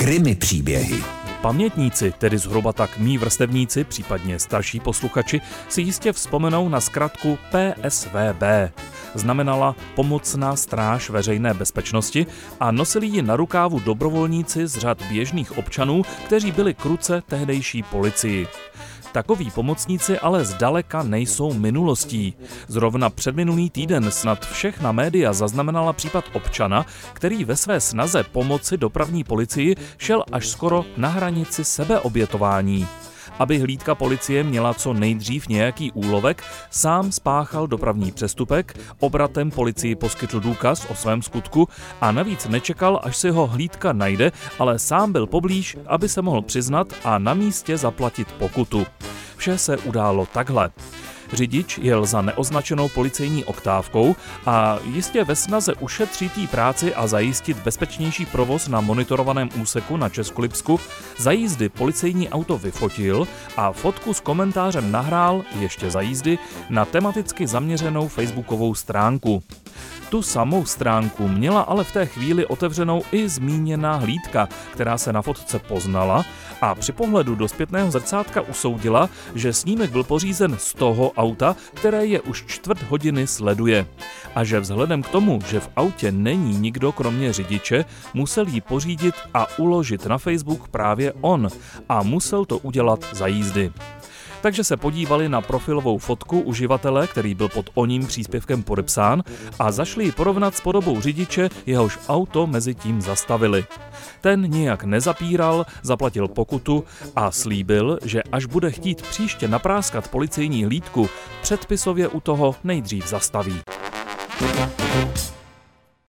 Krimi příběhy. Pamětníci, tedy zhruba tak mí vrstevníci, případně starší posluchači, si jistě vzpomenou na zkratku PSVB. Znamenala Pomocná stráž veřejné bezpečnosti a nosili ji na rukávu dobrovolníci z řad běžných občanů, kteří byli k ruce tehdejší policii. Takoví pomocníci ale zdaleka nejsou minulostí. Zrovna předminulý týden snad všechna média zaznamenala případ občana, který ve své snaze pomoci dopravní policii šel až skoro na hranici sebeobětování. Aby hlídka policie měla co nejdřív nějaký úlovek, sám spáchal dopravní přestupek, obratem policii poskytl důkaz o svém skutku a navíc nečekal, až si ho hlídka najde, ale sám byl poblíž, aby se mohl přiznat a na místě zaplatit pokutu. Vše se událo takhle. Řidič jel za neoznačenou policejní oktávkou a jistě ve snaze ušetřit jí práci a zajistit bezpečnější provoz na monitorovaném úseku na Českolipsku za jízdy policejní auto vyfotil a fotku s komentářem nahrál ještě za jízdy na tematicky zaměřenou facebookovou stránku. Tu samou stránku měla ale v té chvíli otevřenou i zmíněná hlídka, která se na fotce poznala a při pohledu do zpětného zrcátka usoudila, že snímek byl pořízen z toho auta, které je už 1/4 hodiny sleduje. A že vzhledem k tomu, že v autě není nikdo kromě řidiče, musel ji pořídit a uložit na Facebook právě on a musel to udělat za jízdy. Takže se podívali na profilovou fotku uživatele, který byl pod oním příspěvkem podepsán a zašli ji porovnat s podobou řidiče, jehož auto mezi tím zastavili. Ten nijak nezapíral, zaplatil pokutu a slíbil, že až bude chtít příště napráskat policejní hlídku, předpisově u toho nejdřív zastaví.